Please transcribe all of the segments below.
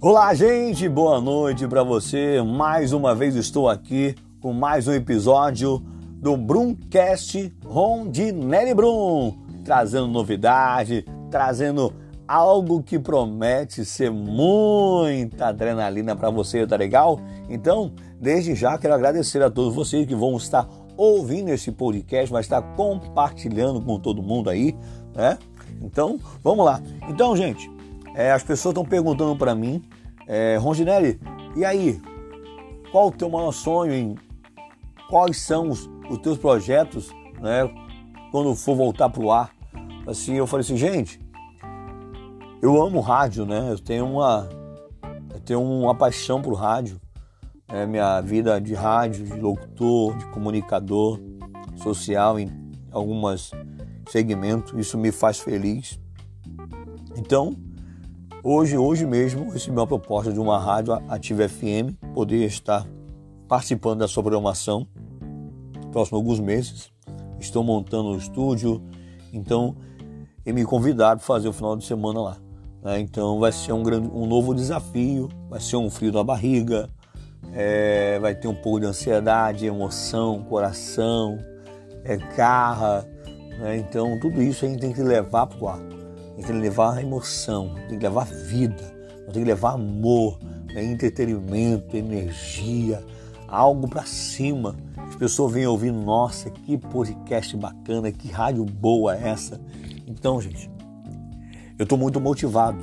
Olá, gente, boa noite para você. Mais uma vez estou aqui com mais um episódio do Brumcast Rondinelli Brum, trazendo novidade, trazendo algo que promete ser muita adrenalina para você, tá legal? Então, desde já quero agradecer a todos vocês que vão estar ouvindo esse podcast, vai estar compartilhando com todo mundo aí, né? Então, vamos lá. Então, gente, as pessoas estão perguntando para mim, Rondinelli, e aí? Qual o teu maior sonho? Quais são os teus projetos, né? Quando for voltar pro ar? Assim, eu falei assim, gente, eu amo rádio, né? Eu tenho uma paixão por rádio. Minha vida de rádio, de locutor, de comunicador social em alguns segmentos, isso me faz feliz. Então, hoje mesmo, recebi uma proposta de uma rádio Ativa FM, poder estar participando da sua programação nos próximos alguns meses. Estou montando o estúdio, então, e me convidaram para fazer o final de semana lá. Então, vai ser um novo desafio, vai ser um frio na barriga, vai ter um pouco de ansiedade, emoção, coração, garra, né? Então tudo isso a gente tem que levar para o ar, tem que levar emoção, tem que levar vida, tem que levar amor, né? Entretenimento, energia, algo para cima. As pessoas vêm ouvindo, nossa, que podcast bacana, que rádio boa é essa. Então, gente, eu estou muito motivado.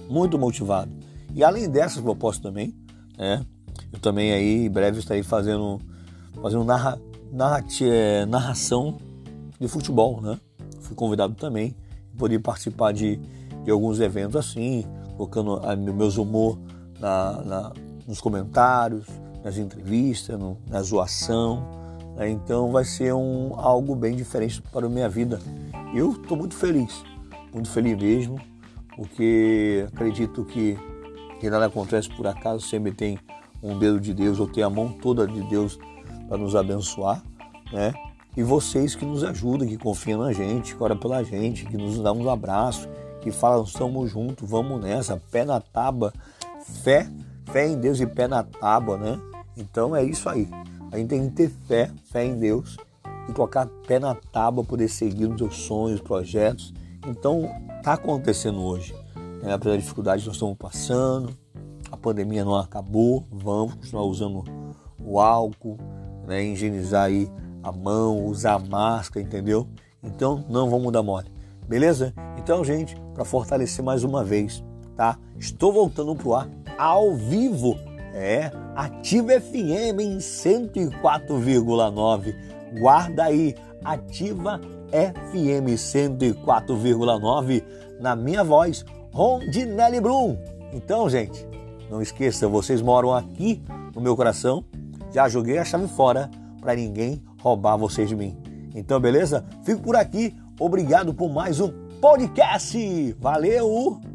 E além dessas propostas também, né? Eu também aí em breve estarei fazendo narração de futebol, né? Fui convidado também para poder participar de alguns eventos assim, colocando meus humor nos comentários, nas entrevistas, na zoação, né? Então vai ser algo bem diferente para a minha vida. Eu estou muito feliz mesmo, porque acredito que nada acontece por acaso, sempre tem um dedo de Deus, ou tem a mão toda de Deus para nos abençoar, né? E vocês que nos ajudam, que confiam na gente, que oram pela gente, que nos dão um abraço, que falam, estamos juntos, vamos nessa, pé na tábua, fé em Deus e pé na tábua, né? Então é isso aí, a gente tem que ter fé em Deus e colocar pé na tábua, poder seguir os seus sonhos, projetos. Então está acontecendo hoje, né? Apesar da dificuldade que nós estamos passando, a pandemia não acabou, vamos continuar usando o álcool, né? Higienizar aí a mão, usar máscara, entendeu? Então não vamos dar mole, beleza? Então, gente, para fortalecer mais uma vez, tá? Estou voltando pro ar ao vivo, Ativa FM em 104,9. Guarda aí, Ativa FM 104,9 na minha voz, Rondinelli Brum. Então, gente, não esqueça, vocês moram aqui no meu coração. Já joguei a chave fora para ninguém roubar vocês de mim. Então, beleza? Fico por aqui. Obrigado por mais um podcast. Valeu!